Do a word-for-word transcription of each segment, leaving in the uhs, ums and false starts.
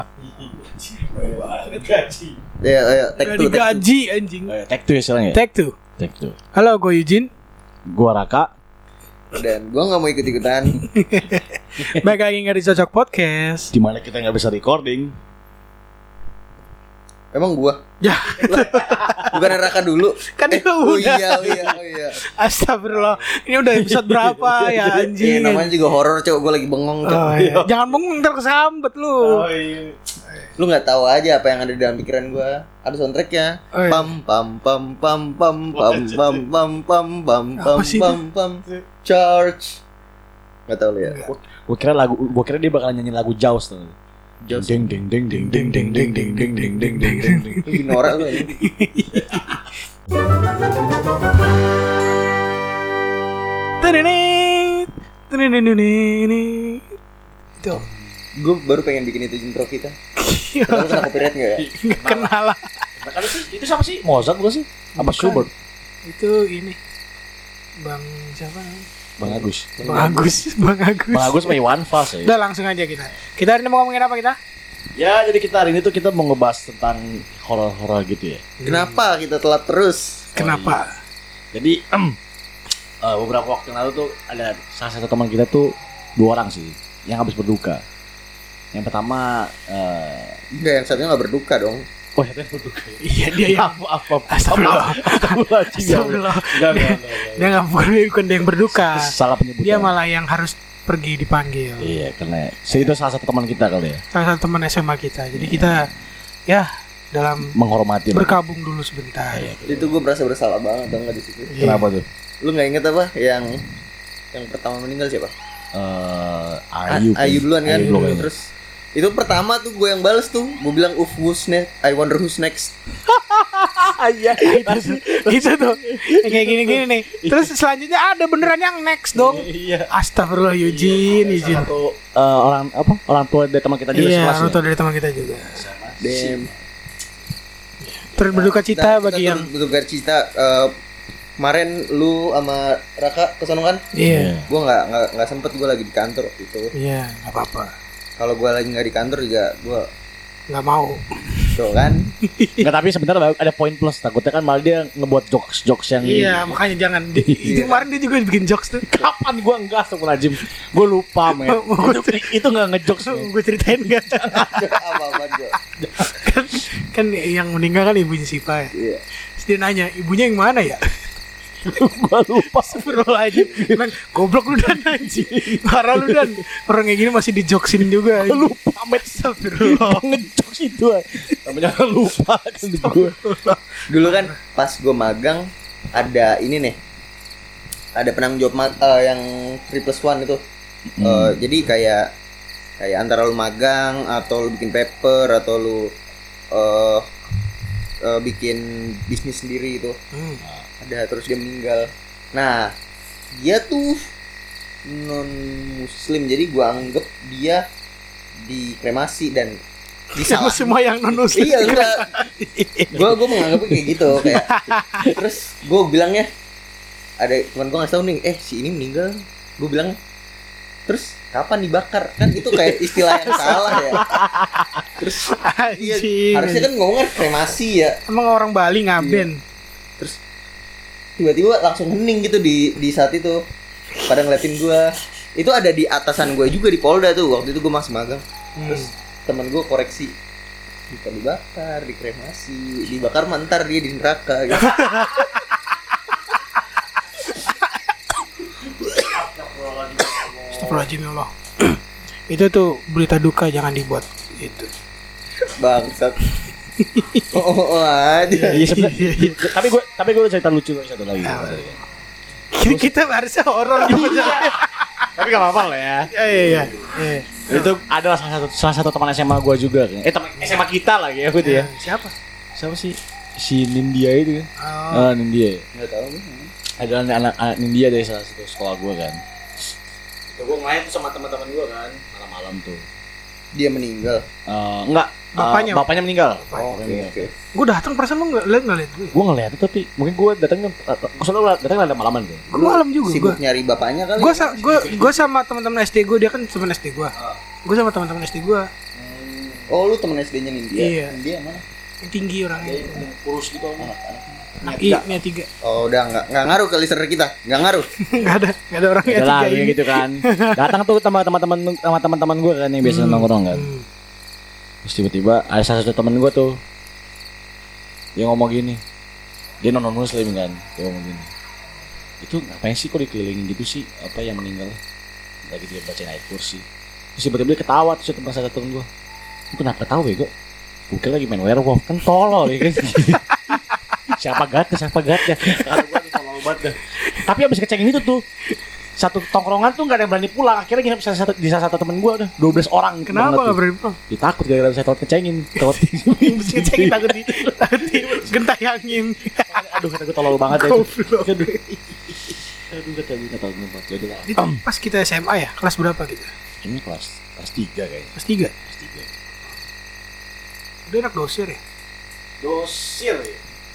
Banget gaji. Ya, ayo, take Gak two, take two. digaji anjing. Ayo, take two ya sekarang ya. Take two. Take two. Halo, gue Eugene. Gua Raka. Dan gua nggak mau ikut-ikutan. Baik lagi nggak di Cocok Podcast. Di mana kita nggak bisa recording. Emang gua? Ya, Bukan Raka dulu. kan eh, itu oh udah. iya, oh iya, oh iya. Astagfirullah. Ini udah episode berapa ya Iya, anjing? namanya juga horor, cowok. Gua lagi bengong, Cok. Oh, iya. Jangan bengong ntar kesambet lu. iya. Lu nggak tahu aja apa yang ada di dalam pikiran gua. Ada soundtracknya. Oh, iya. Pam pam pam pam pam pam pam pam pam pam pam Apa sih pam pam charge. Nggak tahu lu ya. Gua kira lagu, gua kira dia bakal nyanyi lagu Jaws tuh. Jaws. Ding ding ding ding ding ding ding ding ding ding ding ding ding ding. Lu Binora lu ya. Tenenet, tenenenenet. Itu. Gue baru pengen bikin itu intro kita. Tahu kena copyright nggak ya? Nggak kenal lah. Nah, kan itu, itu siapa sih? Mozart bukan sih? Apa Bukan. Schubert? Itu ini. Bang siapa namanya? Bang Agus. Bang Agus, Bang Agus. Bang Agus sama Iwan Fals ya. Udah langsung aja kita. Kita hari ini mau ngomongin apa kita? Ya, jadi kita hari ini tuh kita mau ngebahas tentang horor-horor gitu ya. Kenapa kita telat terus? Kenapa? Jadi em, eh, beberapa waktu yang lalu tuh ada salah satu teman kita tuh dua orang sih yang habis berduka. Yang pertama eh Enggak, yang satunya nggak berduka dong. oh ya berduka. Iya dia yang Apa apa Astagfirullah. Astagfirullah. Astagfirullah. Enggak enggak. Dia nggak bukan bukan dia yang berduka. Salah penyebutan. Dia malah yang harus pergi dipanggil. Iya, karena si itu salah satu teman kita kali ya. Salah satu teman S M A kita. Jadi kita ya dalam Menghormati. berkabung dulu sebentar. Iya. Itu gue berasa bersalah banget dong nggak di situ. Iya. Kenapa tuh? Lu nggak inget apa yang yang pertama meninggal siapa? Eh A- Ayu. Ayu duluan kan. Ayu duluan. Terus itu pertama tuh gue yang bales tuh. Gue bilang uf who's next? I wonder who's next. Iya, itu, itu tuh yang kayak gini-gini nih. Terus selanjutnya ada beneran yang next dong. Iya. Astagfirullah Eugene, Eugene. Satu eh, orang apa? Orang tua dari teman kita juga Iya, sekelas. orang ya? tua dari teman kita juga. Dem. Terus berduka cita Nah, bagi kita yang turut berduka cita. eh, kemarin lu sama Raka kesono kan? iya, Gue nggak nggak nggak sempet, gue lagi di kantor waktu itu. iya, nggak apa-apa, Kalau gue lagi nggak di kantor juga gue nggak mau. tuh kan. Enggak, tapi sebenarnya ada poin plus. Takutnya kan malah dia ngebuat jokes-jokes yang Iya, makanya jangan. Di- Itu kemarin dia juga bikin jokes tuh. kapan gua enggak Astagfirullahaladzim. Gua lupa, men. itu, itu enggak ngejokes. men. Gue ceritain gak? Apa-apa Jo. kan, kan yang meninggal kan ibunya Sipa ya. Iya. Terus dia nanya, ibunya yang mana ya? Gua lupa. Astagfirullahaladzim. Emang goblok lu dan anjing. Parah lu dan. Orang kayak gini masih dijoksin juga. Gua lupa, men. Astagfirullah. Ngejokes itu. Namanya lupa kan gua. Dulu kan pas gue magang ada ini nih, ada penanggung jawab ma- eh, yang three plus one itu. Eh, jadi kayak kayak antara lu magang atau lu bikin paper atau lu eh eh, bikin bisnis sendiri itu. Hmm. Ada, terus dia meninggal. Nah, dia tuh non muslim, jadi gua anggap dia dikremasi dan Sama disalah. semua yang non muslim. Iya enggak. Gua gua menganggapnya kayak gitu kayak. Terus gua bilangnya ada teman gua ngasih tahu nih, eh si ini meninggal. Gua bilang, terus kapan dibakar? Kan itu kayak istilah yang salah ya. Terus iya, Anjing. harusnya kan ngomongnya kremasi ya. Emang orang Bali ngaben. Terus tiba-tiba langsung hening gitu di di saat itu. Pada ngeliatin gua. Itu ada di atasan gua juga di Polda tuh. Waktu itu gua masih magang. Terus temen gua koreksi, bukan dibakar, dikremasi. Dibakar mantar dia di neraka gitu. Astagfirullahaladzim ya Allah. Itu tuh berita duka, jangan dibuat itu. Bangsat. Oh, oh, oh aja. Iya, sebenarnya. Tapi gua tapi gua ada cerita lucu satu lagi. Kita harusnya horor gitu. Tapi enggak apa-apa lah ya. Iya iya iya. Iya. Itu adalah salah satu salah satu teman S M A gua juga kan. Eh teman S M A kita lagi ya gitu ya. Siapa? Siapa sih? Si Nindya itu kan. Oh. Ah, Nindya. Enggak tahu. Ada anak, anak, anak Nindya dari salah satu sekolah gua kan. Itu gua main tuh sama teman-teman gua kan, malam-malam tuh. Dia meninggal. Eh, enggak, Bapaknya? Eh, bapaknya meninggal. Oh, oke oke. Gue datang perasaan lu nggak lihat nggak lihat gue. Gue ngeliat tapi mungkin gue datangnya, maksudnya datangnya ada malaman tuh. Gue malam juga. Sibuk Gue nyari bapaknya kali. gue sa gue gue sama teman-teman S D gue, dia kan teman S D gue. Gue sama teman-teman S D gue. Oh, lu temen S D-nya Nindya? Iya. Nindya mana? Yang tinggi orangnya. Yang kurus gitu anak. Nah, iya, Mia tiga. Oh, udah nggak nggak ngaruh ke listener kita, nggak ngaruh. Enggak ada, enggak ada orang Mia Ada lah tiga kayak ini. gitu kan. Datang tuh sama teman-teman sama teman-teman gue kan yang biasa Hmm. nongkrong kan. Hmm. Terus tiba-tiba ada salah satu temen gue tuh dia ngomong gini, dia non muslim kan, dia ngomong gini, itu ngapain sih kok dikelilingin gitu sih, apa yang meninggal lagi dia bacain ayat kursi. Terus tiba-tiba dia ketawa terus teman satu temen gue, lu kenapa tahu ya gue gue kira lagi main werewolf kan tolol ya kan. siapa gatnya siapa gatnya kalau gue nih tolol banget dah. Tapi abis kecengin itu tuh satu tongkrongan tuh nggak ada yang berani pulang, akhirnya nginep salah satu di salah satu temen gue udah dua belas orang. Kenapa enggak berani pulang? Ditakut gara-gara saya takut kecengin. Takut. Mesti cek takut di takut di gentayangin. Aduh kata gue tolol banget ya. Goblok. Aduh. Aduh kata gue kata gue tempat. Jadi lah. Itu pas kita S M A ya, kelas berapa kita? Ini kelas kelas tiga kayaknya. Kelas tiga. Kelas tiga. Udah enak dosir ya. Dosir ya.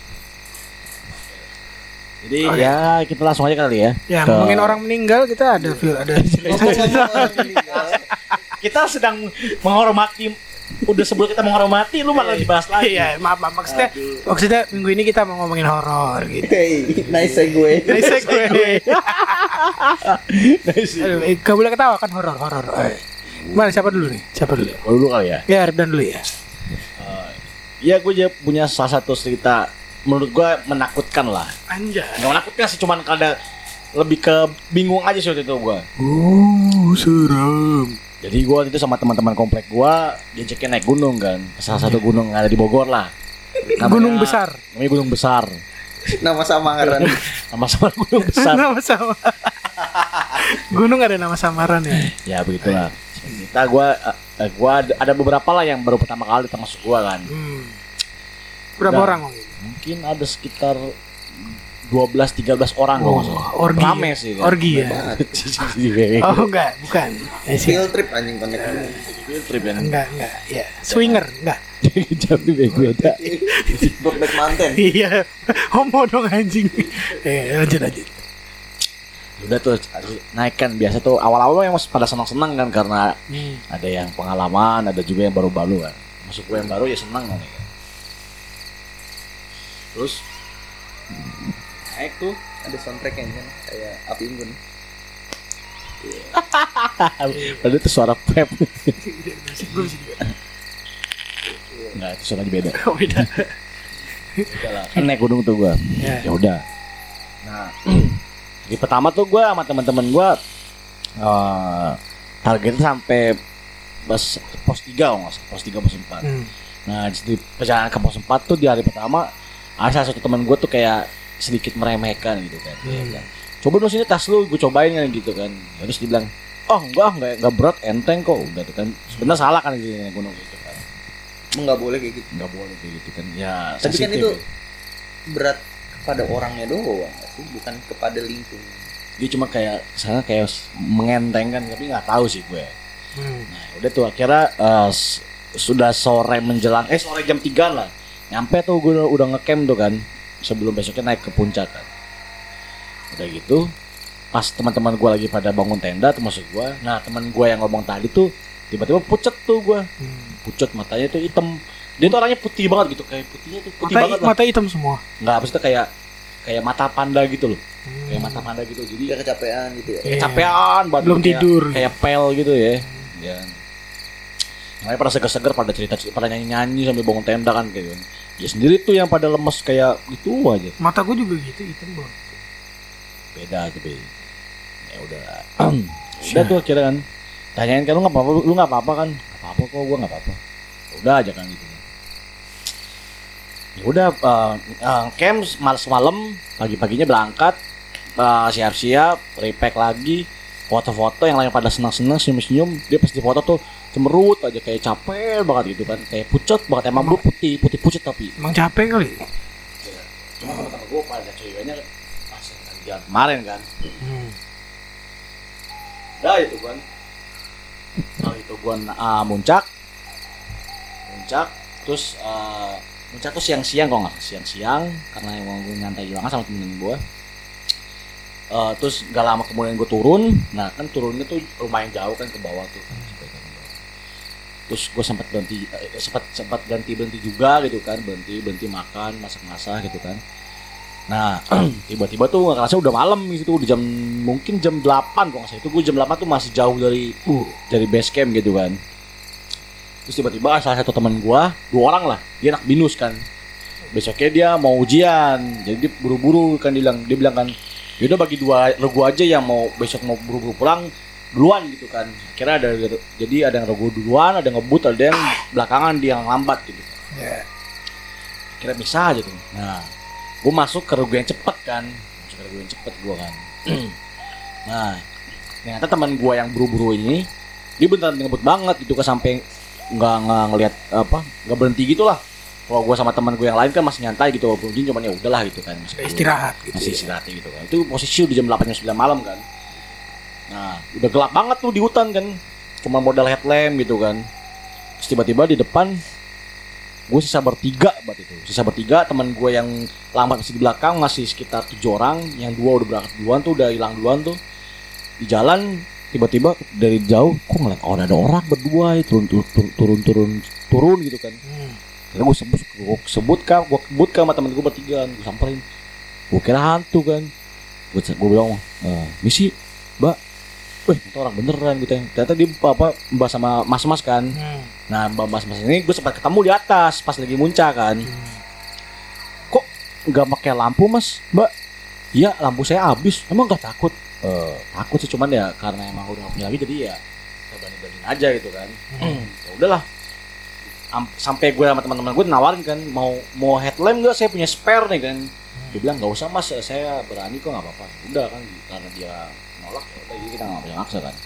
Jadi Oh, ya kita langsung aja kali ya. Ya, Ke- ngomongin orang meninggal kita ada feel ada cerita-cerita. Kita sedang menghormati. Udah sebelum kita menghormati, lu malah dibahas lagi. Iya, maaf, maaf maksudnya maksudnya minggu ini kita mau ngomongin horor gitu. Hey, nice segue. Nice segue. Nice. Aduh, eh, gak boleh ketawa kan horor, horor. Eh. Mana siapa dulu nih? Siapa dulu? Oh, dulu kali ya. Ya, Erdan dulu ya. Iya, gue juga punya salah satu cerita menurut gue menakutkan lah. Anjay. Nggak menakutkan sih, cuman kada lebih ke bingung aja sih waktu itu gue. Uh, serem. Jadi gue waktu itu sama teman-teman komplek gue diajakin naik gunung kan, ke salah satu gunung yang ada di Bogor lah. Namanya- Gunung besar. Namanya Gunung Besar. Nama samaran. Sama-sama Gunung Besar. Nama sama. Gunung ada nama samaran ya. Ya begitulah. Kita gue, uh, gue ada, ada beberapa lah yang baru pertama kali termasuk gue kan. Hmm. Berapa Udah. orang mungkin? Mungkin ada sekitar dua belas tiga belas orang kalau nggak salah. orgi. Rame sih kan. Orgi ya. Oh, enggak, bukan. Eh, sih. Field trip anjing connect gunung. Field trip kan. Enggak, enggak. Ya, swinger, enggak. Jadi beda. Brokeback Mountain. Iya. Homo dong anjing. Eh, lanjut lanjut. Udah tuh naik kan biasa tuh awal-awal yang masih pada senang-senang kan karena Hmm. ada yang pengalaman, ada juga yang baru-baru kan. Masuk gue yang baru ya senang kan. Ya. Terus naik tuh Ada soundtracknya kan kayak Api Unggun. ada tuh suara pep. Musik gue bisa juga. Enggak, itu suaranya beda. Oh, beda. Udah lah, kan naik gunung tuh gue. Ya. Ya udah. Nah, di pertama tuh gue sama teman-teman gue uh, targetnya sampai pos pos tiga kalau nggak salah, pos tiga pos empat. Hmm. Nah, di perjalanan ke pos empat tuh di hari pertama ada salah satu teman gue tuh kayak sedikit meremehkan gitu kan. Dia Hmm. bilang, coba dong sini tas lu, gue cobain kan gitu kan. Terus dia bilang, oh enggak, enggak, enggak berat, enteng kok. Udah tuh kan, sebenarnya salah kan gitu naik gunung gitu kan. Emang nggak boleh kayak gitu. Enggak boleh kayak gitu kan. Ya, Tapi kan sensitif itu ya. berat kepada orangnya doang nggak sih, bukan kepada lingkungan. Dia cuma kayak sana kayak mengentengkan, tapi nggak tahu sih gue. Hmm. Nah, udah tuh akhirnya eh, s- sudah sore menjelang eh sore jam tiga lah. Nyampe tuh gue udah, udah ngecamp tuh kan. Sebelum besoknya naik ke puncak kan. Udah gitu pas teman-teman gue lagi pada bangun tenda termasuk gue. Nah, teman gue yang ngomong tadi tuh tiba-tiba pucet tuh gue. Hmm. Pucet matanya tuh hitam. Dia tuh orangnya putih banget gitu, kayak putihnya tuh putih Mata, banget lah. mata hitam semua. Enggak, maksudnya kayak kayak mata panda gitu loh. Hmm. Kayak mata panda gitu. Jadi Dia kecapean gitu ya. Iya. kecapean banget, Belum kayak- tidur. kayak pel gitu ya. Ya. Makanya pada seger-seger pada cerita, pada nyanyi-nyanyi sambil bangun tenda kan kayak gitu. Ya sendiri tuh yang pada lemes kayak gitu aja. Mata gue juga gitu hitam banget. Beda tapi ya udah. Udah tuh akhirnya kan. Tanyain kan lu nggak apa-apa, lu nggak apa-apa kan? Nggak apa-apa kok, gua nggak apa-apa. Udah aja kan gitu. Ya udah uh, uh, camp malam semalam, pagi-paginya berangkat, uh, siap-siap, repack lagi, foto-foto yang lain pada senang-senang senyum-senyum. Dia pas di foto tuh cemerut aja kayak capek banget gitu kan, kayak pucet banget. Emang gue putih putih pucet tapi Emang capek kali. cuma teman gue pada ceweknya pas yang jalan kemarin kan. Hmm. Udah itu kan. Kali itu gua uh, muncak, muncak, terus uh, muncak tuh siang-siang kok nggak salah, siang-siang karena emang gue nyantai juga sama temen gue. Uh, terus gak lama kemudian gue turun, nah kan turunnya tuh lumayan jauh kan ke bawah tuh kan. terus gue sempat berhenti eh, sempat sempat berhenti berhenti juga gitu kan, berhenti berhenti makan masak-masak gitu kan. Nah tiba-tiba tuh nggak kerasa udah malam gitu, udah jam mungkin jam delapan kalau nggak salah, itu gue jam delapan tuh masih jauh dari uh, dari base camp gitu kan. Terus tiba-tiba salah satu teman gue, dua orang lah, dia anak binus kan, besoknya dia mau ujian, jadi dia buru-buru kan, dia bilang dia bilang kan yaudah bagi dua regu aja yang mau besok mau buru-buru pulang duluan gitu kan. Kira ada, jadi ada yang regu duluan, ada yang ngebut, ada yang belakangan, dia yang lambat gitu. Yeah. Kira bisa aja tuh. Nah, gue masuk ke regu yang cepet kan, masuk ke regu yang cepet gue kan. Nah, ternyata teman gue yang buru-buru ini, dia beneran ngebut banget gitu kan, sampai nggak nggak ngelihat apa, nggak berhenti gitulah. Kalau gue sama teman gue yang lain kan masih nyantai gitu, walaupun ujian cuman ya udahlah gitu kan, masih istirahat gitu. Masih istirahat gitu kan. Itu posisi udah jam delapan jam sembilan malam kan. Nah, udah gelap banget tuh di hutan kan. Cuma modal headlamp gitu kan. Terus tiba-tiba di depan gue sisa bertiga buat itu. Sisa bertiga, teman gue yang lambat masih di belakang, masih sekitar tujuh orang, yang dua udah berangkat duluan tuh, udah hilang duluan tuh. Di jalan tiba-tiba dari jauh kok ngeliat oh ada orang berdua ya, turun turun turun turun turun gitu kan. Hmm. Karena gue sebut gue sebut kan, gue sebut kan sama temen gue bertiga, gue samperin, gue kira hantu kan, gue gue bilang, eh, misi, mbak, weh itu orang beneran gitu, ternyata dia apa mbak sama mas-mas kan, hmm. Nah mbak mas-mas ini gue sempat ketemu di atas pas lagi muncak kan, hmm. Kok nggak pakai lampu mas, mbak? Iya lampu saya habis, emang nggak takut? Uh, takut sih, cuman ya karena emang udah nggak punya lagi jadi ya berani-berani aja gitu kan, hmm. Ya udahlah. Sampai gue sama teman-teman gue nawarin kan, mau mau headlamp nggak, saya punya spare nih kan. Dia bilang nggak usah mas, saya berani kok, nggak apa-apa. Udah kan, karena dia nolak ya udah, jadi kita nggak bisa maksa kan.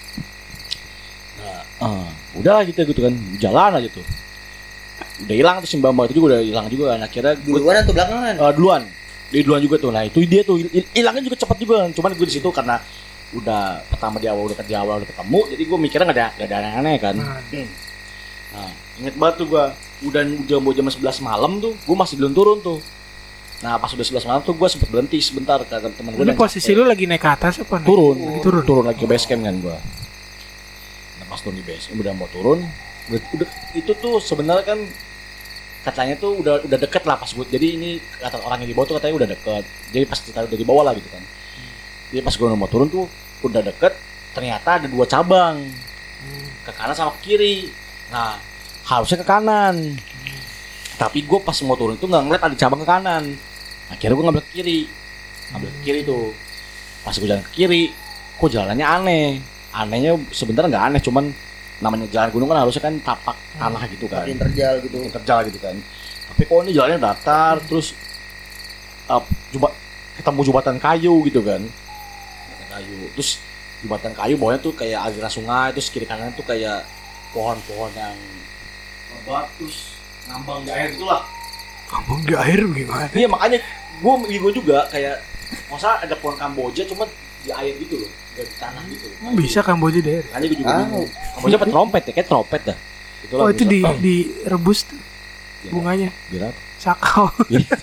Nah uh, udah lah gitu gitu kan, jalan aja tuh. Udah hilang tuh si mbak mbak itu juga udah hilang juga kan. Akhirnya gue, duluan atau belakangan? Uh, duluan, dia duluan juga tuh. Nah itu dia tuh hilangnya juga cepat juga. Cuman gue di situ karena udah pertama di awal udah di awal udah ketemu, jadi gue mikirnya nggak ada nggak ada aneh-aneh kan. Hmm. Nah, inget banget tuh gue, udah udah mau jam sebelas malam tuh, gue masih belum turun tuh. Nah, pas udah sebelas malam tuh gue sempet berhenti sebentar kata teman gue. Ini posisi lu lagi naik ke atas apa? Turun, lagi turun, turun lagi ke base camp kan gue. Nah, pas turun di base camp udah mau turun, udah, udah itu tuh sebenarnya kan katanya tuh udah udah deket lah pas gue. Jadi ini kata orang yang di bawah tuh katanya udah deket. Jadi pas kita udah di bawah lah gitu kan. Jadi pas gue mau turun tuh udah deket, ternyata ada dua cabang, ke kanan sama ke kiri. Nah, harusnya ke kanan. Hmm. Tapi gue pas mau turun itu nggak ngeliat ada cabang ke kanan. Akhirnya gue ngambil ke kiri, ngambil ke kiri tuh. Pas gue jalan ke kiri, kok jalannya aneh. Anehnya sebenarnya nggak aneh, cuman namanya jalan gunung kan harusnya kan tapak tanah gitu kan. Makin terjal gitu. Makin terjal gitu kan. Tapi kok ini jalannya datar, terus uh, juba, ketemu jembatan kayu gitu kan. Jembatan kayu. Terus jembatan kayu bawahnya tuh kayak aliran sungai, terus kiri kanan tuh kayak pohon-pohon yang lebat, terus ngambang di air gitulah. Ngambang di air gimana? Iya makanya gue gue juga kayak masa ada pohon Kamboja cuma di air gitu loh, nggak di tanah gitu. Nah, bisa Kamboja di air. Makanya gue juga bingung. Kamboja apa trompet ya, kayak trompet dah. Itulah, oh itu di oh. direbus tuh ya, bunganya. Biar apa? Sakau.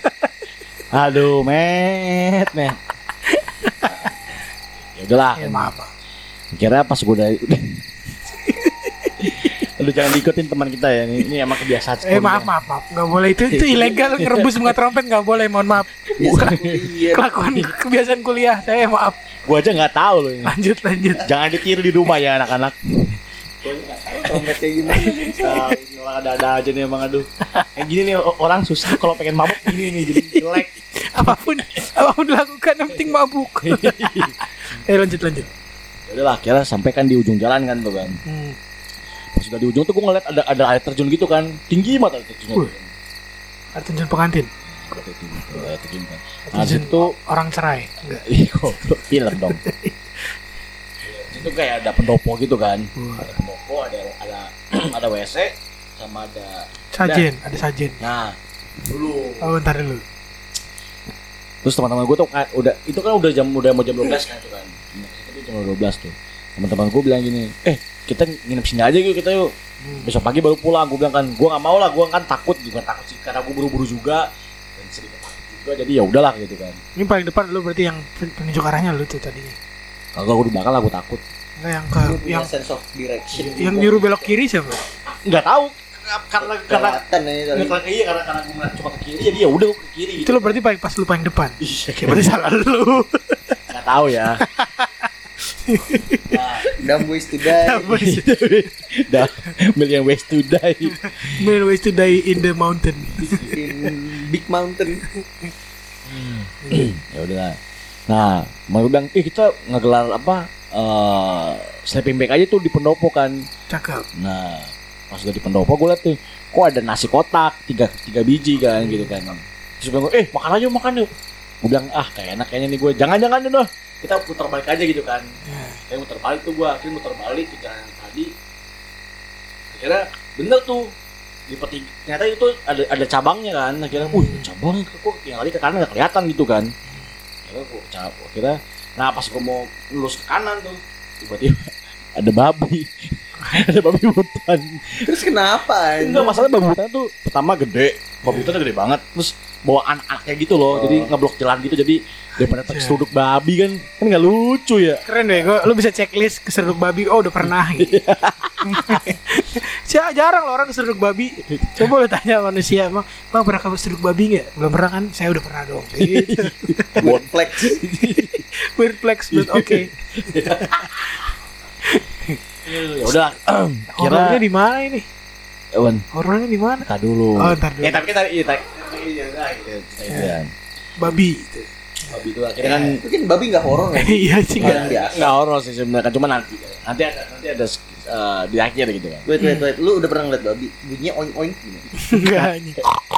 Aduh met met. Ya udahlah. Ya maaf. Kira pas gue udah lu jangan diikutin teman kita ya, ini, ini emang kebiasaan. Eh maaf maaf maaf, nggak boleh, itu itu ilegal, ngerebus bunga trompet nggak boleh, mohon maaf. Bukan kelakuan kebiasaan kuliah saya, maaf. Gua aja nggak tahu loh ini. Lanjut lanjut. Jangan ditiru di rumah ya anak-anak. Trompet kayak gimana? Orang ada-ada aja nih emang, aduh. Kayak gini nih orang susah kalau pengen mabuk gini nih, jadi jelek. apapun apapun dilakukan yang penting mabuk. Eh lanjut lanjut. Ya udahlah, kira sampai kan di ujung jalan kan tuh kan. Hmm. Pas sudah di ujung tuh gue ngeliat ada ada air terjun gitu kan, tinggi banget air terjunnya. Uh, air terjun pengantin. Air terjun, air terjun kan. Nah, itu orang cerai. Enggak. Iya, film dong. Itu kayak ada pendopo gitu kan. Uh. Ada pendopo, ada ada ada W C sama ada sajen, ada, ada sajen. Nah, dulu. Oh, bentar dulu. Terus teman-teman gue tuh kan udah itu kan udah jam udah mau jam dua belas kan itu kan. Itu jam dua belas tuh. Teman-teman gue bilang gini, "Eh, kita nginep sini aja yuk kita yuk. Besok pagi baru pulang." Gue bilang kan, gue nggak mau lah, gue kan takut juga takut sih karena gue buru-buru juga dan sedikit takut juga, jadi ya udahlah gitu kan. Ini paling depan lu berarti yang penunjuk arahnya lu tuh tadinya. Kalau gue di belakang lah gue takut. Enggak yang ke yang sense of direction. Yang nyuruh belok kiri siapa? nggak tahu karena karena Kelewatan ya tadi. nggak iya karena karena gue ngeliat cuma ke kiri jadi ya udah gue ke kiri Itu gitu. lo berarti paling pas lu paling depan. Iya, Kayak berarti salah lu. nggak tahu ya. Nah, Dumb ways to die. dah million ways to die. Man ways to die in the mountain. In big mountain. Ya udah. Nah, mau bilang, eh kita ngegelar apa? eh sleeping bag aja tuh di pendopo kan. Cakep. Nah, pas udah di pendopo gue liat tuh, kok ada nasi kotak tiga tiga biji kan gitu kan. Terus gue, eh makan aja makan yuk. Gue bilang ah kayak enak kayaknya nih gue. Jangan-jangan deh noh. Kita putar balik aja gitu kan. Kayak muter balik tuh gue, akhirnya muter balik ke jalan yang tadi. Akhirnya bener tuh di peti ternyata itu ada ada cabangnya kan. Akhirnya, uh cabang kok yang kali ke kanan nggak kelihatan gitu kan. Akhirnya gue cabut. Akhirnya, nah pas gue mau lurus ke kanan tuh, tiba-tiba ada babi. Ada babi hutan. Terus kenapa? Enggak, masalah babi hutan tuh pertama gede, babi hutan gede banget, terus bawa anak-anaknya gitu loh, Oh. jadi ngeblok jalan gitu, jadi daripada keseruduk babi kan, kan nggak lucu ya. Keren deh, gua, lu bisa checklist keseruduk babi. Oh udah pernah gitu. Siapa jarang loh orang keseruduk babi. Coba lu tanya manusia, emang bang pernah kamu keseruduk babi nggak? Belum pernah kan? Saya udah pernah dong. Gitu. Buat flex. Weird flex, but oke. Ya udah, Horornya kira, di mana ini? Ewan, Horornya di mana? tak dulu. Oh ntar dulu. Eh tapi kita, iya, tak, iya, nah, gitu, gitu kan. Babi. Gitu. Babi itu akhirnya kan Mungkin babi nggak horor ya? Iya sih Orang nggak. biasa. nggak horor sih sebenarnya, kan cuma nanti, nanti ada, nanti ada eh, di akhir gitu kan. Wait wait wait, lu udah pernah ngeliat babi? Bunyinya oink oink gini. Enggak ini.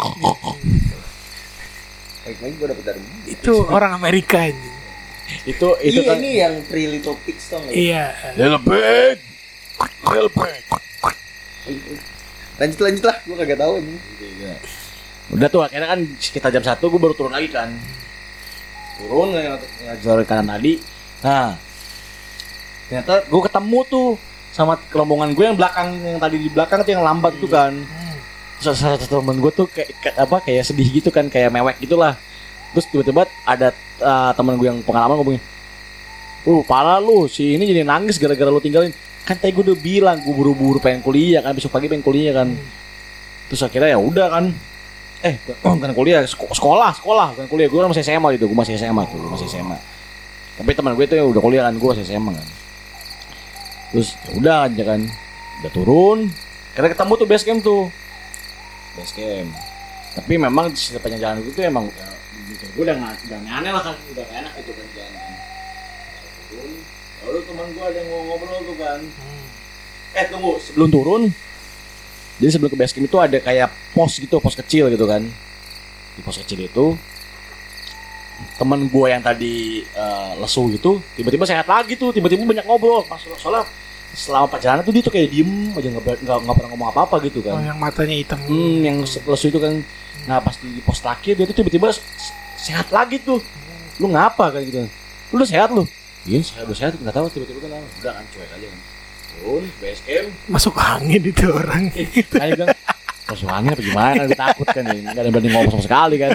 Oink oink gua dapet dari mana? Itu orang Amerika ini. Itu itu Iya kan. ini yang Three Little Pigs tau nggak? Iya. Little big, little big. Oink, oink. Lanjut lanjut lah, gua kagak tahu ini. Udah tuh akhirnya kan sekitar jam satu gue baru turun lagi kan. Turun ngajar kanan tadi. Nah, ternyata gue ketemu tuh sama rombongan gue yang belakang, yang tadi di belakang tuh yang lambat tuh kan. Terus salah satu temen gue tuh kayak, kayak apa kayak sedih gitu kan, kayak mewek gitulah. Terus tiba-tiba ada uh, temen gue yang pengalaman ngomongin, uh parah lu, si ini jadi nangis gara-gara lu tinggalin. Kan tadi gue udah bilang gue buru-buru pengen kuliah kan, besok pagi pengen kuliah kan. Terus akhirnya ya udah kan, eh bukan kuliah, sek- sekolah, sekolah bukan kuliah, gue kan masih S M A gitu, gue masih S M A tuh, gue masih S M A. Tapi teman gue itu yang udah kuliah kan, gue masih S M A kan. Terus ya udah aja kan, udah turun, karena ketemu tuh base camp tuh, base camp. Tapi memang di sepanjang jalan itu tuh emang ya, gue udah nggak, udah aneh lah kan, udah gak enak gitu kan jalan kan. Turun, lalu teman gue ada yang ngobrol tuh kan. Eh tunggu, sebelum turun, jadi sebelum ke base camp itu ada kayak pos gitu, pos kecil gitu kan. Di pos kecil itu teman gue yang tadi uh, lesu gitu, tiba-tiba sehat lagi tuh, tiba-tiba banyak ngobrol. Pas soalnya selama perjalanan tuh dia tuh kayak diem aja, nggak ber- nggak nggak pernah ngomong apa-apa gitu Oh, kan. yang matanya hitam. Hmm, yang lesu itu kan. Nah pas di pos terakhir dia tuh tiba-tiba se- sehat lagi tuh. Lu ngapa kan gitu? Lu udah sehat lu? Iya, saya udah sehat, nggak tahu tiba-tiba kan udah kan cuek aja kan. Turun base camp. Masuk angin itu orang. Kayak bilang, masuk angin apa gimana, gue takut kan ya, gak ada yang berani ngomong sama sekali kan.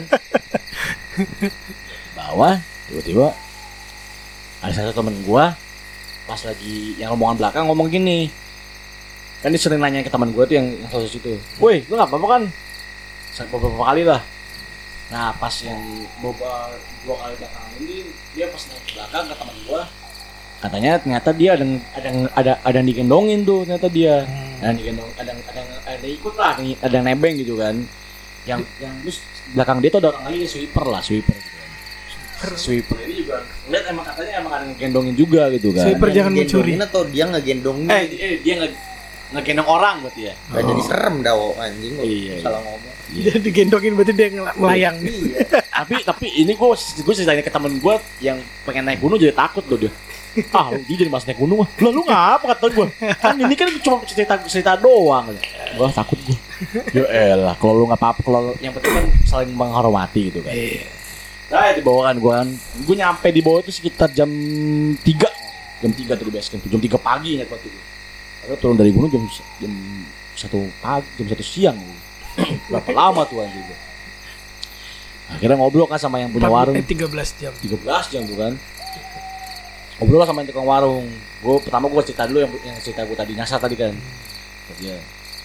Bawah, tiba-tiba ada satu temen gue, pas lagi yang rombongan belakang ngomong gini. Kan dia sering nanya ke teman gue tuh yang, yang selalu situ, woi lu gak apa-apa kan? Beberapa kali lah. Nah pas yang beberapa dua kali belakangan ini, dia pas naik ke belakang ke teman gue, katanya ternyata dia ada ada ada ada yang digendongin tuh ternyata dia. Ada yang digendong, ada yang ada yang ada yang ikut lah, ada yang nebeng gitu kan. Yang yang terus belakang dia tuh ada orang lagi sweeper lah, sweeper gitu kan. Sweeper ini juga lihat emang katanya emang ada yang gendongin juga gitu kan. Sweeper jangan mencuri. Gendongin atau dia ngegendongin? Eh, eh dia nge ngegendong orang berarti ya. Gak jadi serem dah anjing lu. Iya, Salah ngomong. Dia digendongin berarti dia ngel- melayang. Iya. tapi tapi ini gue gue ceritain ke temen gue yang pengen naik gunung jadi takut loh dia. Ah lu dia jadi mas naik gunung mah. Lah lu ngapa kata gue? Kan ini kan cuma cerita cerita doang. Gue takut gue. Ya elah kalau lu nggak apa-apa, kalau yang penting kan saling menghormati gitu kan. Iya. Nah dibawa kan gue kan, gue nyampe di bawah itu sekitar jam tiga, jam tiga tuh di base camp, jam tiga pagi ingat waktu itu. Karena turun dari gunung jam jam satu pagi, jam satu siang. Berapa lama tuh anjing gue. Akhirnya ngobrol kan sama yang punya warung. Eh, tiga belas jam. tiga belas jam tuh kan. Ngobrol lah sama yang tukang warung. Gue pertama gue cerita dulu yang yang cerita gue tadi nyasar tadi kan. Dia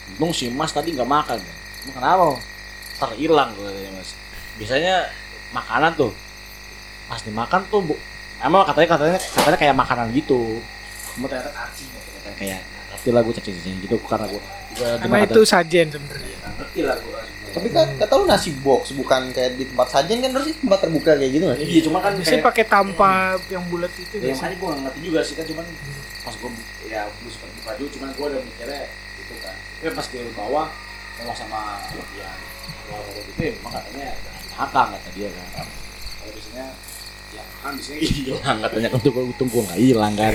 untung si Mas tadi nggak makan kan. Emang kenapa? Terhilang katanya Mas. Biasanya makanan tuh pas dimakan tuh bu, emang katanya katanya katanya kayak makanan gitu. Cuma ternyata cacing ternyata kayak ngerti lah gue cacing-cacing gitu karena gue Karena itu sajen sebenarnya. ngerti lah gue. Tapi kan kata lu nasi box bukan kayak di tempat sajen kan harusnya tempat terbuka kayak gitu nggak sih? Iya cuma kan Biasanya kayak pakai tanpa yang bulat itu ya, biasanya. makanya gue nggak ngerti juga sih kan cuman pas gue ya gue sempat buka dulu cuman gue udah mikirnya gitu kan. Tapi pas di bawah ngomong sama yang kalau gitu ya memang katanya makan kata dia kan. Kalau biasanya ya kan biasanya hilang katanya untuk gue untung gue nggak hilang kan.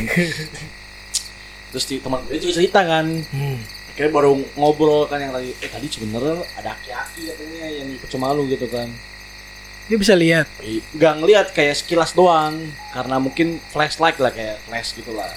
Terus di teman gue juga cerita kan. Hmm. Akhirnya baru ngobrol kan yang tadi eh tadi sebenarnya ada aki-aki katanya yang ikut sama lu gitu kan. Dia bisa lihat. Gak ngeliat kayak sekilas doang karena mungkin flashlight lah kayak flash gitu lah.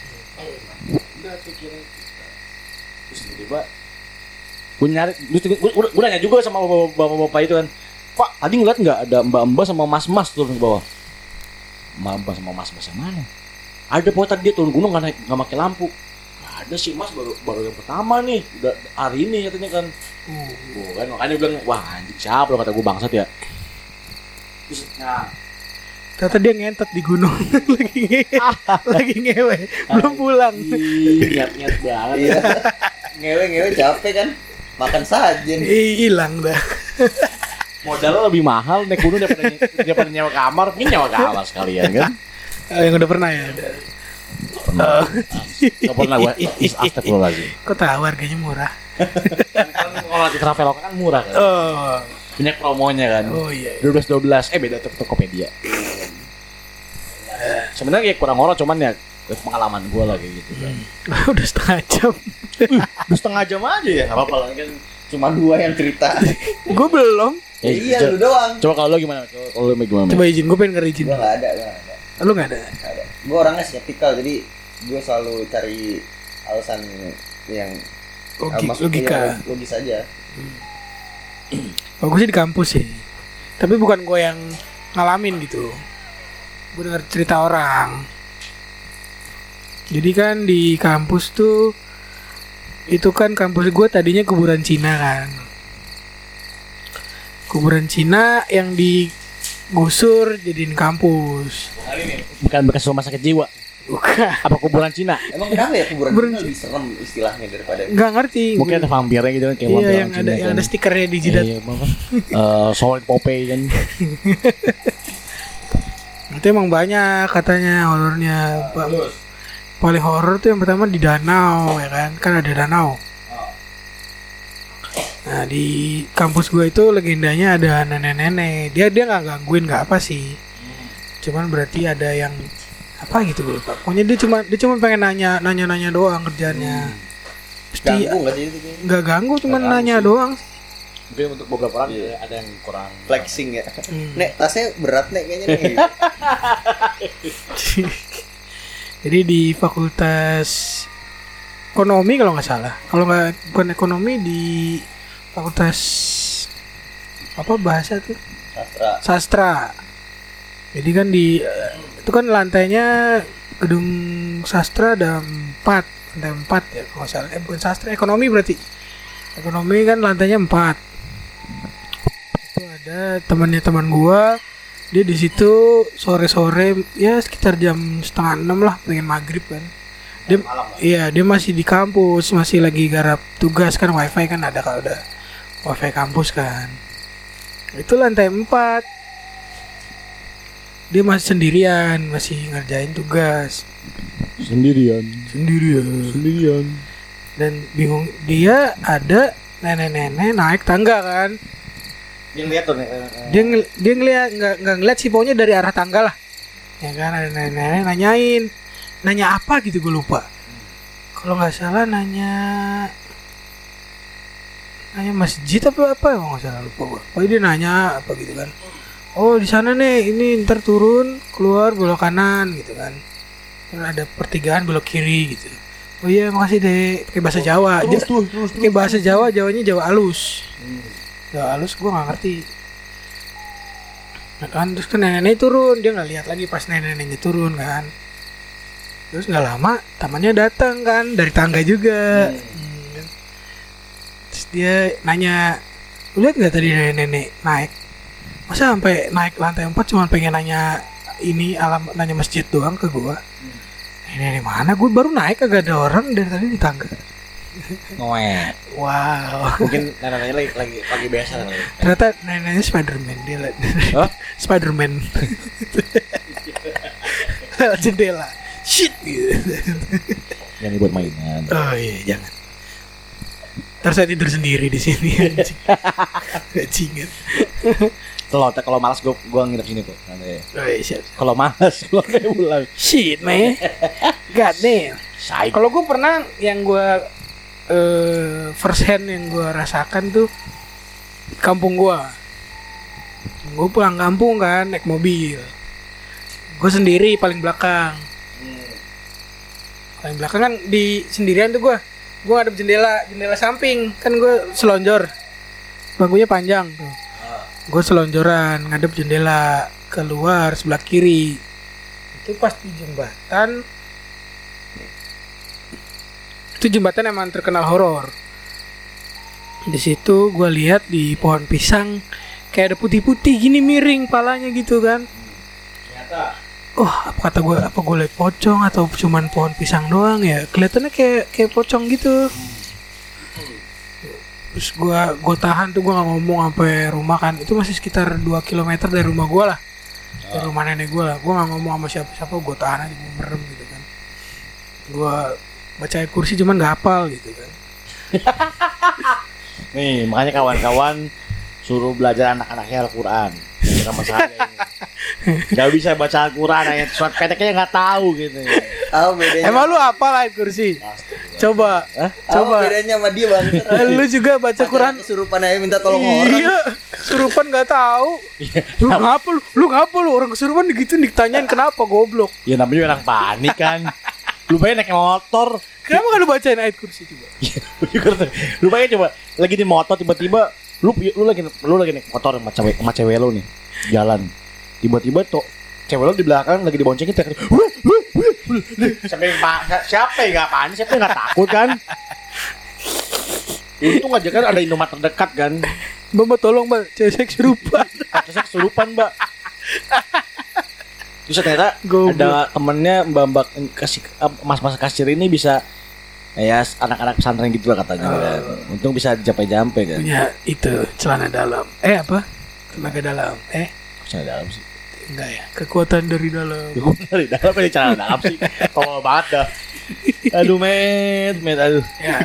Udah pikirnya kita. Terus tiba-tiba gue nyari, gue nanya juga sama bapak-bapak itu kan, Pak tadi ngeliat nggak ada mbak-mbak sama mas-mas turun ke bawah? Mbak-mbak sama mas-mas yang mana? Ada pak tadi dia turun gunung nggak nggak pakai lampu. Gak ada sih mas baru baru yang pertama nih udah hari ini katanya kan. Uh, oh, kan makanya gue bilang wah anjing siapa lo kata gue bangsat ya. Terus, nah, Ternyata dia ngentot di gunung lagi nge- lagi ngewe, belum pulang. niat-niat banget. Iya. Ngewe-ngewe capek kan. Makan sajen. Ih, hilang dah. Modalnya lebih mahal naik gunung daripada daripada nyewa kamar, mungkin nyewa kamar sekalian kan. Eh, yang udah pernah ya. Pernah. Gak pernah gue is astagfirullahaladzim. Kok tahu harganya murah? Kan kalau di Traveloka kan murah kan. Oh, Banyak promonya kan. oh iya. dua belas dua belas eh beda tuh Tokopedia. Sebenarnya kayak kurang horor cuman ya pengalaman gue lah kayak gitu kan. Udah setengah jam. Udah setengah jam aja ya, nggak apa-apa lah kan. Cuma dua yang cerita. Gue belum. Ya, iya co- lu doang. Coba kalau lo gimana? Kalau lo gimana? Coba izin, gue pengen ngeri izin. Gua nggak ada, gua nggak ada. Lu nggak ada? Nggak ada. Gua orangnya skeptikal jadi gua selalu cari alasan yang Logi- ah, maksud- logika. iya, logis aja. Oh, gue sih di kampus sih. Tapi bukan gue yang ngalamin gitu. Gue denger cerita orang. Jadi kan di kampus tuh, itu kan kampus gue tadinya kuburan Cina kan. Kuburan Cina yang digusur jadiin kampus. Bukan bekas rumah sakit jiwa. Bukan. Apa kuburan Cina? Emang kenapa ya kuburan Kuburan Cina lebih serem istilahnya daripada Nggak ngerti. Mungkin ada vampirnya gitu kan kayak Iya, vampir yang orang ada Cina yang kan. ada stikernya di jidat. Iya, apa? Eh, Solid Popeye kan. Itu emang banyak katanya horornya. Pa- Paling horor tuh yang pertama di danau ya kan. Kan ada danau. Nah, di kampus gue itu legendanya ada nenek-nenek. Dia dia nggak gangguin nggak apa sih. Cuman berarti ada yang apa gitu gue lupa. Pokoknya dia cuma dia cuma pengen nanya nanya-nanya doang kerjaannya. Pasti ganggu nggak sih itu kayaknya? nggak ganggu cuman Nggak ganggu nanya sih. doang. Mungkin untuk beberapa orang Iya. ada yang kurang Flexing ya. Hmm. Nek tasnya berat nek kayaknya nih. Jadi di fakultas ekonomi kalau nggak salah. Kalau nggak bukan ekonomi di fakultas apa bahasa tuh? Sastra. Sastra. Jadi kan di itu kan lantainya gedung sastra ada empat, lantai empat ya kalau nggak salah. Eh, bukan sastra, ekonomi berarti. Ekonomi kan lantainya empat. Itu ada temannya teman gua. Dia di situ sore-sore ya sekitar jam setengah enam lah pengen maghrib kan. Dia iya dia masih di kampus masih lagi garap tugas kan wifi kan ada kalau udah wifi kampus kan. Itu lantai empat. Dia masih sendirian masih ngerjain tugas sendirian, sendirian sendirian. dan bingung dia ada nenek-nenek naik tangga kan. Dia lihat tuh nih. Dia ngel- dia ngeliat nggak nggak ngeliat sih pokoknya dari arah tangga lah ya kan ada nenek-nenek nanyain nanya apa gitu gue lupa kalau nggak salah nanya nanya masjid apa apa kalau nggak salah lupa gue oh dia nanya apa gitu kan oh di sana nih ini ntar turun keluar belok kanan gitu kan terus ada pertigaan belok kiri gitu oh iya makasih deh pakai bahasa Jawa Terus Ja- tuh, terus pakai bahasa Jawa Jawanya Jawa halus Jawa halus gue nggak ngerti. Nah kan terus kan nenek-nenek turun dia nggak lihat lagi pas nenek-neneknya turun kan. Terus nggak lama tamannya datang kan dari tangga juga. Hmm, kan. dia nanya, lu lihat nggak tadi nenek-nenek naik? Masa sampai naik lantai empat cuma pengen nanya ini alam, nanya masjid doang ke gua. Nenek mana? Gue baru naik kagak ada orang dari tadi di tangga. Ngoe. Wow. Mungkin neneknya lagi lagi lagi biasa kali. Ternyata neneknya Spiderman dia liat. Hah? Spiderman. Lewat jendela. Shit gitu. Yang buat mainan. Oh iya jangan. Ntar saya tidur sendiri di sini anjing. Bajingan. Kalau kalau malas gua gua nginep sini kok. Nanti. Oh iya siap. Kalau malas gua kayak pulang. Shit man. God damn. Say. Kalau gue pernah yang gue uh, first hand yang gue rasakan tuh kampung gue. Gue pulang kampung kan naik mobil. Gue sendiri paling belakang. Paling belakang kan di sendirian tuh gue. Gue ngadep jendela, jendela samping kan gue selonjor. Bangkunya panjang tuh. Gue selonjoran ngadep jendela keluar sebelah kiri. Itu pas di jembatan. Itu jembatan emang terkenal horor. Di situ gue lihat di pohon pisang kayak ada putih-putih gini miring palanya gitu kan. Oh, apa kata gue? Apa gue liat pocong atau cuman pohon pisang doang ya? Kelihatannya kayak kayak pocong gitu. Terus gue gue tahan tuh gue nggak ngomong sampai rumah kan. Itu masih sekitar dua kilometer dari rumah gue lah. Dari rumah nenek gue lah. Gue nggak ngomong sama siapa-siapa. Gue tahan aja gue merem gitu kan. Gue baca ayat kursi cuman nggak hafal gitu kan. Nih, makanya kawan-kawan suruh belajar anak-anaknya Al-Quran. Sama saya ini. Gak bisa baca Al-Quran, ayat surat pendeknya nggak tahu gitu. Apa bedanya? Emang lu hafal ayat kursi? Coba, Hah? coba. Apa bedanya sama dia bang? Eh, lu juga baca Quran? Kesurupan aja minta tolong orang. Iya, kesurupan nggak tahu. Lu ngapa lu? Lu ngapa lu? Orang kesurupan gitu ditanyain kenapa goblok? Ya namanya orang panik kan. Lu bayangin naik motor. Kenapa gak lu bacain ayat kursi coba? Lu bayangin coba lagi di motor tiba-tiba lu lu lagi lu lagi naik motor sama cewek sama cewek lu nih jalan. Tiba-tiba tuh cewek lu di belakang lagi diboncengin teriak. "Wih, wih, wih, wih." Sampai pak siapa yang enggak panik, siapa yang enggak takut kan? Untung aja kan ada Indomaret terdekat kan. Mbak, mbak tolong mbak, cewek saya kesurupan. Kata saya kesurupan, Mbak. Terus ternyata Goblok. ada temennya mbak-mbak kasih mas-mas kasir ini bisa ya anak-anak pesantren gitu lah katanya kan. Untung bisa jampe-jampe kan. Punya itu celana dalam. Eh apa? Tenaga dalam. Eh Celana dalam sih. enggak ya. Kekuatan dari dalam. Ya, dari dalam ini celana dalam sih. Tolol banget dah. Aduh met, met aduh. Ya,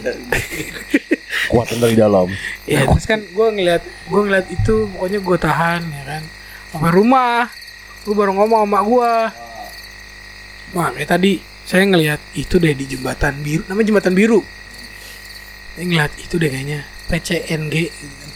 Kuatan dari dalam. ya terus kan gue ngeliat gue ngeliat itu pokoknya gue tahan ya kan. Sampai rumah. Gue baru ngomong sama gue. Wah kayak tadi saya ngelihat itu deh di jembatan biru, namanya jembatan biru. Saya ngeliat itu deh kayaknya P C N G gitu kan.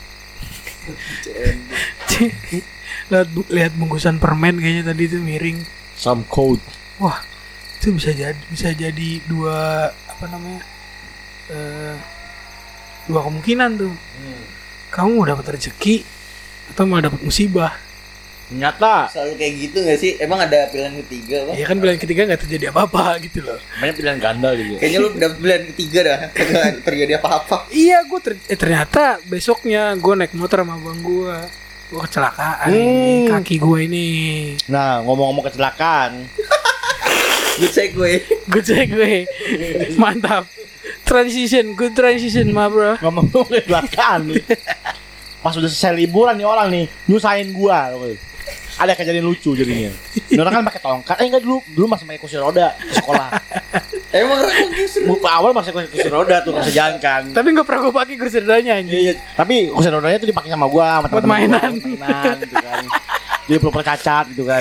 lihat lihat bungkusan permen kayaknya tadi itu miring. Some code. Wah itu bisa jadi bisa jadi dua apa namanya eh, dua kemungkinan tuh. Kamu mau dapat rezeki atau mau dapat musibah. Nyata. Selalu kayak gitu nggak sih? Emang ada pilihan ketiga bang? Ya kan pilihan ketiga nggak terjadi apa-apa gitu loh. Banyak pilihan ganda gitu. Kayaknya lu dapet pilihan ketiga dah. Nggak terjadi apa-apa. Iya, gue ter- eh, ternyata besoknya gue naik motor sama abang gue, gue kecelakaan Hmm. ini, kaki gue ini. Nah, ngomong-ngomong kecelakaan. Good segue. Gue cek gue, mantap. Transition, good transition, ma bro. Ngomong-ngomong kecelakaan nih. Pas udah selesai liburan nih orang nih nyusahin gua. Ada kejadian lucu jadinya. Ini orang kan pakai tongkat. Eh enggak dulu, dulu masih pakai kursi roda ke sekolah. Emang orang justru. Buka awal masih pakai kursi roda tuh bisa jalan kan. Tapi nggak pernah gue pakai kursi rodanya anjing. Iya, tapi kursi rodanya tuh dipakai sama gua sama Buat teman-teman mainan. gua, buat mainan gitu kan. Dia belum pernah cacat gitu kan.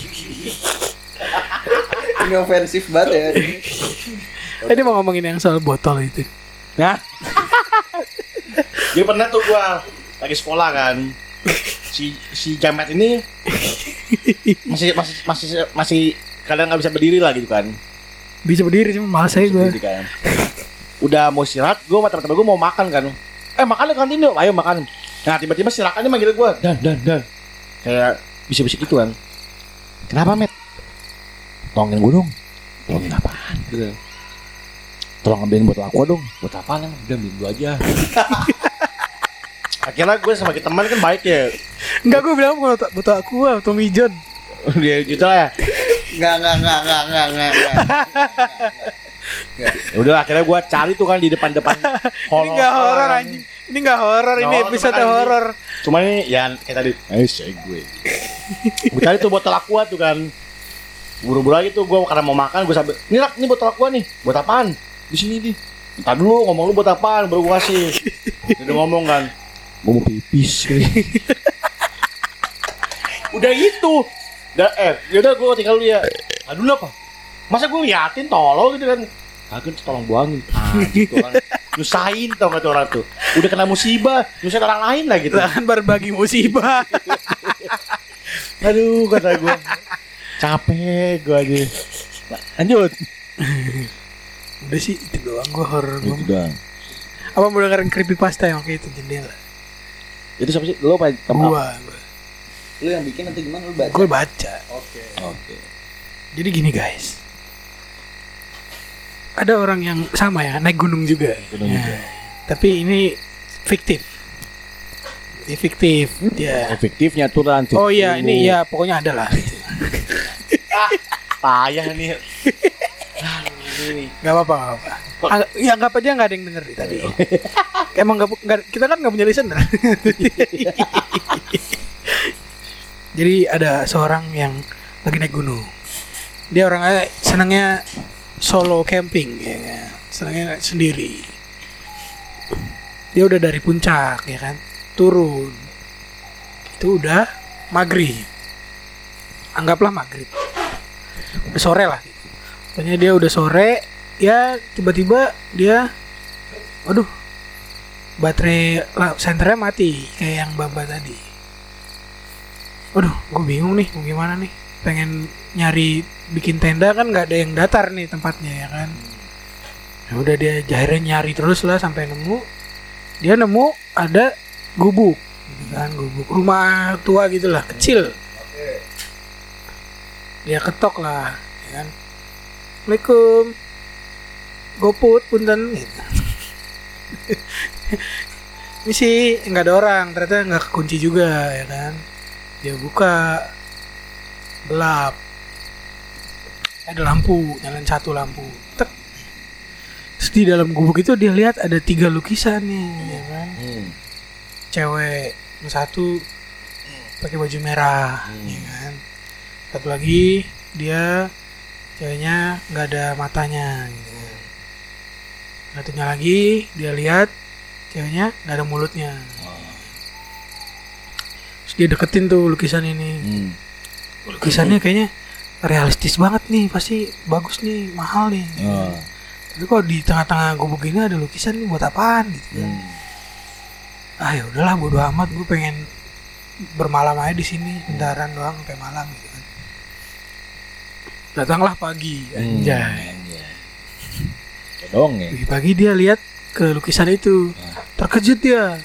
Ini ofensif banget ya. Tadi mau ngomongin yang soal botol itu. Nah. Jadi pernah tuh gua lagi sekolah kan. Si si Jamet ini masih masih masih masih kadang nggak bisa berdiri lah gitu kan. Bisa berdiri cuma malas saya gue. Berdiri kan. Udah mau istirahat, gue sama teman-teman gue mau makan kan. Eh makan di kantin yuk, ayo makan. Nah tiba-tiba si Rakannya manggil gue, dan dan dan. Kayak bisik-bisik gitu kan. Kenapa Met? Tolongin gue dong. Tolongin apaan? Gitu. tolong ambilin botol aqua dong. Buat apaan emang? Udah ambilin dulu aja. Akhirnya gue sama kita teman kan baik ya. Enggak, gue bilang bukan butuh aku, Tommy John. Dia gitu lah ya. Enggak, enggak, enggak, enggak, enggak, enggak, enggak. Ya udah akhirnya gue cari tuh kan di depan-depan. Ini enggak horor anjing. Ini enggak horor, ini Nggak, episode cuma kan ini- horor. Cuma ini ya kayak tadi. Ayo cek gue. Gue cari tuh botol aqua tuh kan. Buru-buru lagi tuh gue karena mau makan gue sambil. Ini Rak, ini botol aqua nih. Buat apaan? Di sini di. Entar dulu ngomong lu buat apaan baru gue kasih. Dia udah ngomong kan. Gue mau pipis. Udah itu. Udah eh yaudah gue tinggal dulu ya. Aduh apa? Masa gue liatin tolol gitu kan. Kagak tolong buangin. Ah gitu kan. Nyusahin tau gak tuh orang tuh. Udah kena musibah, nyusahin orang lain lah gitu. Lah kan berbagi musibah. Aduh kata gue. Capek gue aja. Nah, lanjut. Udah sih itu doang gue horor gue. Itu doang. Apa mau dengerin creepypasta yang kayak itu jendela? Itu siapa sih? Lo apa? Kamu? Gua, gua. Lu yang bikin atau gimana lu baca? Gue baca. Oke. Oke. Jadi gini guys. Ada orang yang sama ya, naik gunung juga. Gunung Ya. juga. Tapi ini fiktif. Ini fiktif. Ya. Efektifnya turun. Oh iya, ini ya pokoknya ada lah. Payah nih. Ini. Gak apa-apa, gak apa-apa. Ah, ya anggap aja nggak ada yang denger nih tadi. Emang gak, gak, kita kan nggak punya listener. Jadi ada seorang yang lagi naik gunung. Dia orangnya senangnya solo camping, ya kan? Senangnya sendiri. Dia udah dari puncak, ya kan? Turun. Itu udah maghrib. Anggaplah maghrib. Udah sore lah. Pokoknya dia udah sore. Ya tiba-tiba dia, waduh, baterai la- senternya mati kayak yang Bamba tadi. Waduh, gue bingung nih mau gimana nih. Pengen nyari bikin tenda kan nggak ada yang datar nih tempatnya ya kan. Ya udah dia akhirnya nyari terus lah sampai nemu. Dia nemu ada gubuk, gitu kan, gubuk rumah tua gitulah kecil. Dia ketok lah, ya kan. Assalamualaikum. Goput punten gitu. Ini sih nggak ada orang, ternyata nggak kekunci juga ya kan. Dia buka, gelap, ada lampu, nyalain satu lampu. Tek. Terus di dalam gubuk itu dia lihat ada tiga lukisan nih, ya kan. Hmm. Cewek yang satu pakai baju merah, Hmm. ya kan. Satu lagi dia ceweknya nggak ada matanya, gitu. Satunya lagi dia lihat ceweknya nggak ada mulutnya. Terus dia deketin tuh lukisan ini. Hmm. Lukisannya kayaknya realistis banget nih, pasti bagus nih, mahal nih. Oh. Tapi kok di tengah-tengah gubuk ini ada lukisan nih buat apaan gitu. Hmm. Ah ya udahlah bodo amat, gue pengen bermalam aja di sini, bentaran doang sampai malam gitu kan. Datanglah pagi, anjay. Hmm. Dong ya. Pagi-pagi dia lihat ke lukisan itu, terkejut dia.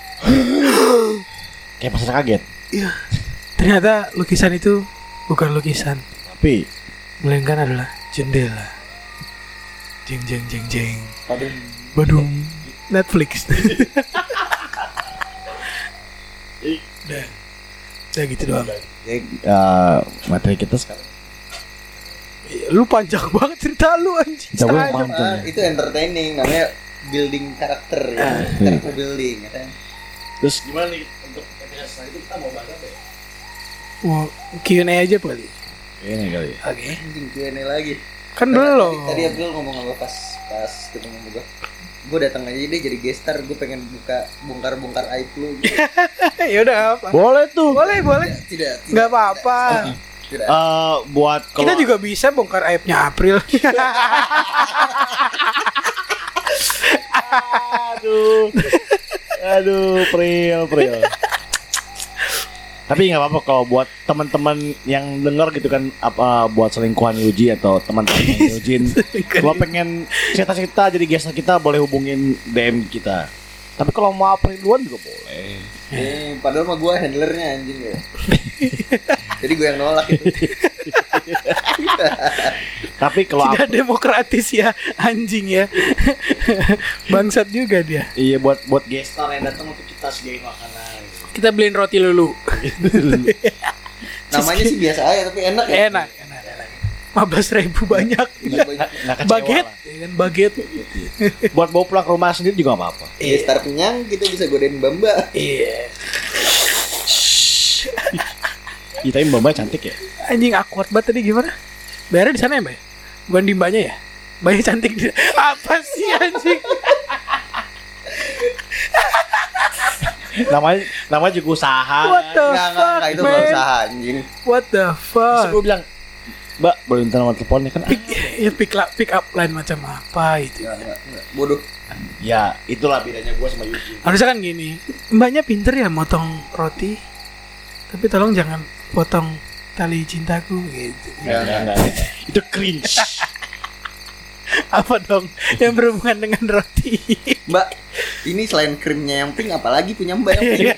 Kayak pasar kaget. Iya. Ternyata lukisan itu bukan lukisan, Tapi melainkan adalah jendela. Jeng jeng jeng jeng. Aduh. Badum. Netflix. Udah. Udah gitu doang. uh, materi kita sekarang. Lu panjang banget cerita lu anjing. Coba Salah aja. panjang. Ah, itu entertaining, namanya building karakter ya. Karakter building ya kan. Terus gimana nih untuk episode selanjutnya kita mau bahas apa ya? Mau Q and A aja kali. Ini kali ya. Oke. Anjing Q and A lagi. Kan Tadi- belum. Tadi, tadi Abdul ngomong apa pas pas ketemu sama gua. Gue datang aja deh jadi gestar, gue pengen buka bongkar-bongkar aib lu gitu. Ya udah apa? Boleh tuh. Boleh, boleh. Tidak, tidak. Enggak apa-apa. Tidak. Eh, buat kalau Kita juga bisa bongkar aibnya April. aduh. Aduh, Pril, Pril. Tapi nggak apa-apa kalau buat teman-teman yang dengar gitu kan apa buat selingkuhan Yuji atau teman-teman Yujin, gua pengen cerita-cerita jadi guest kita boleh hubungin D M kita. Tapi kalau mau April duluan juga boleh. Eh, padahal mah gue handlernya anjing ya. Jadi gue yang nolak itu. Tapi kalau Tidak aku, demokratis ya, anjing ya. Bangsat juga dia. iya buat buat gestar yang datang untuk kita sediain makanan. Kita beliin roti lulu. Namanya sih biasa aja tapi enak ya. Enak, enak, enak. lima belas ribu banyak. Nggak banyak. Nggak kecewa Baget, lah. ya kan baget. Buat bawa pulang ke rumah sendiri juga nggak apa-apa. Iya, start kenyang kita bisa godain Bamba. Iya. Kita ini mbak cantik ya. Anjing awkward banget tadi gimana? Bayarnya di sana ya, Mbak? Bukan di mbaknya ya? Mbaknya cantik. Apa sih anjing? namanya namanya juga usaha. What the Enggak, enggak, enggak, itu fuck, belum man? usaha anjing. What the Terus fuck? gue bilang, Mbak boleh minta nomor teleponnya kan? Pick, ya pick, up, pick up line macam apa itu? Enggak, enggak, enggak. Bodoh. Ya itulah bedanya gue sama Yuki. Harusnya kan gini, mbaknya pinter ya motong roti, tapi tolong jangan potong tali cintaku gitu. Enggak, enggak, enggak. Itu cringe. Apa dong yang berhubungan dengan roti? Mbak, ini selain krimnya yang pink apalagi punya Mbak yang pink?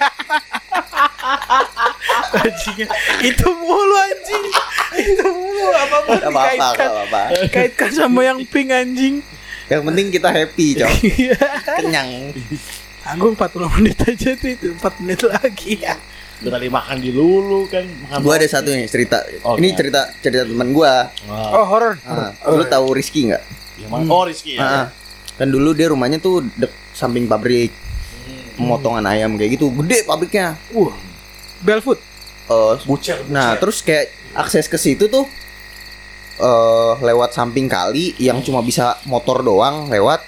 Anjing, itu mulu anjing, itu mulu apa pun Enggak apa-apa, dikaitkan, enggak apa-apa. kaitkan sama yang pink anjing. Yang penting kita happy, Cok. Kenyang. Tanggung empat puluh menit aja tuh itu, empat menit lagi ya. Udah tadi makan di Lulu kan. Makan Gua ada roti. satu nih cerita. Oke. Ini cerita cerita teman gua. Wow. Oh, horor. Ah, Oh, lu iya. tahu Rizky enggak? Yang mana? Oh Rizky ya. Ah, kan dulu dia rumahnya tuh dek samping pabrik pemotongan ayam kayak gitu. Gede pabriknya. Wah, Belfood. Eh, Bucer. nah, terus kayak akses ke situ tuh eh lewat samping kali yang cuma bisa motor doang lewat.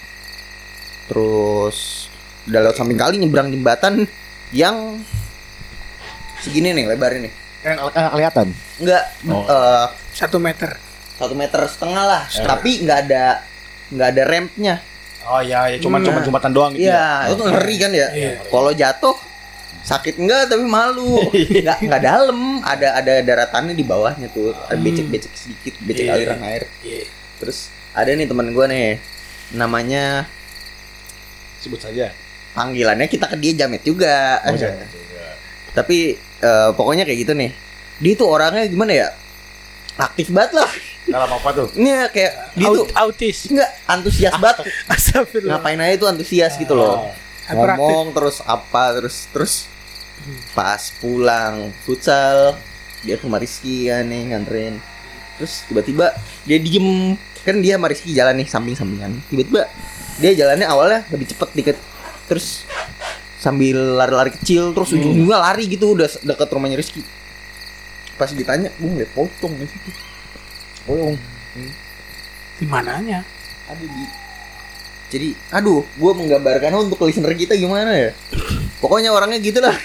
Terus udah lewat samping kali nyebrang jembatan yang segini nih lebarnya nih. Yang nggak kelihatan. Enggak Oh. eh, Satu meter. satu meter setengah lah, Eh. tapi nggak ada nggak ada rampnya. Oh iya, ya cuma Hmm. cuma jembatan doang gitu. Iya, ya. itu ngeri kan ya. Iya. Kalau jatuh sakit enggak tapi malu. Nggak nggak dalam, ada ada daratannya di bawahnya tuh, ada becek-becek sedikit, becek Iya. aliran air. Iya. Terus ada nih teman gue nih, namanya Sebut saja. panggilannya kita ke dia Jamet juga. Oh, jangan juga. Tapi eh, pokoknya kayak gitu nih. Dia tuh orangnya gimana ya? Aktif banget lah. Dalam apa tuh? Ini kayak dia tuh Aut- autis. enggak antusias banget. Astagfirullah. Ngapain aja tuh antusias gitu loh. Hyperaktif. Ngomong terus apa terus terus pas pulang futsal dia ke Rizky kan nih nganterin. Terus tiba-tiba dia diem, kan dia sama Rizky jalan nih samping-sampingan. Tiba-tiba dia jalannya awalnya lebih cepet dikit. Terus sambil lari-lari kecil terus ujung-ujungnya lari gitu udah deket rumahnya Rizky. Pas ditanya, gue ngeliat pocong di situ. Pocong. Di mananya? Ada di. Jadi, aduh, gue menggambarkan untuk listener kita gimana ya. Pokoknya orangnya gitu lah.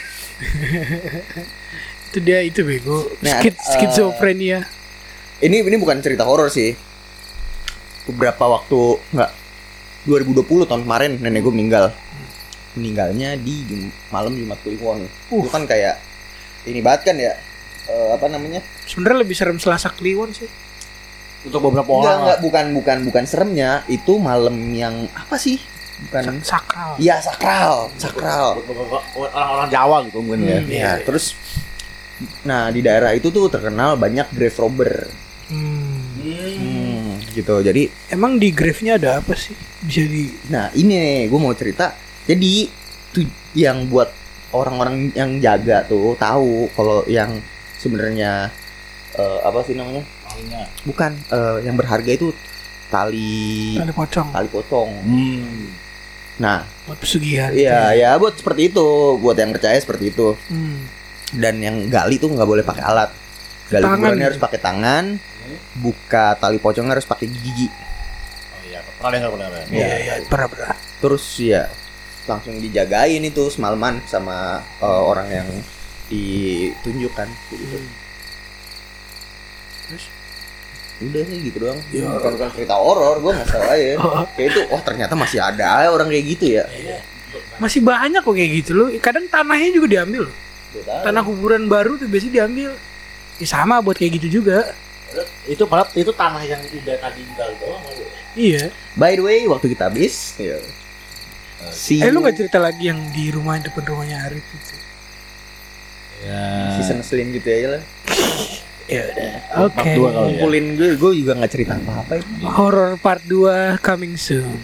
Itu dia itu bego. Nah, Skid, eh, skizofrenia. Ini ini bukan cerita horor sih. Beberapa waktu nggak dua ribu dua puluh tahun kemarin nenek gue meninggal. Meninggalnya di Jum- malam Jumat Kliwon. Uh. Itu kan kayak ini banget kan ya. Eh, apa namanya? Sebenarnya lebih serem Selasa Kliwon sih. Untuk beberapa Enggak, orang. enggak, bukan bukan bukan seremnya. Itu malam yang apa sih? Bukan. Sakral. Iya, sakral, sakral. Buat beberapa orang-orang Jawa gitu mungkin ya. Hmm. Ya, terus nah di daerah itu tuh terkenal banyak grave robber. Hmm. Hmm, gitu. Jadi, Emang di grave-nya ada apa sih? Bisa di nah ini nih gue mau cerita. Jadi tuh yang buat orang-orang yang jaga tuh tahu kalau yang sebenarnya eh, apa sih namanya? Malingnya. Bukan eh, yang berharga itu tali ada pocong tali pocong. Hmm. Nah, buat pesugihan. iya ya buat seperti itu, buat yang percaya seperti itu. Hmm. Dan yang gali tuh nggak boleh pakai alat. Gali Tangan kuburannya gitu. harus pakai tangan. Buka tali pocongnya harus pakai gigi. Oh iya, pernah dengar pernah dengar. Iya, iya, pernah pernah. Terus ya langsung dijagain itu semalaman sama eh, orang yang ditunjukkan gitu. Terus Udah sih gitu doang. Ya. Bukan bukan cerita horor, gue nggak salah ya. Oh. Kayak itu, oh ternyata masih ada aja orang kayak gitu ya. masih banyak kok kayak gitu loh. Kadang tanahnya juga diambil loh. Gua tahu. Tanah kuburan baru tuh biasanya diambil. Ya sama buat kayak gitu juga. Itu padahal itu tanah yang udah tadi digali doang. Malu. Iya. By the way, waktu kita habis, ya. Si Eh lu gak cerita lagi yang di rumah depan rumahnya Arif itu? Ya. season slim gitu aja lah. Ya udah. Oke. Part dua kali ya. Ngumpulin gue, gue juga nggak cerita apa-apa itu. Horror part dua coming soon.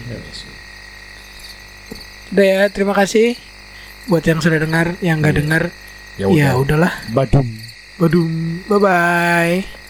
Udah ya, terima kasih buat yang sudah dengar, yang nggak dengar Ya ya udah. udahlah. Badum. Badum. Bye bye.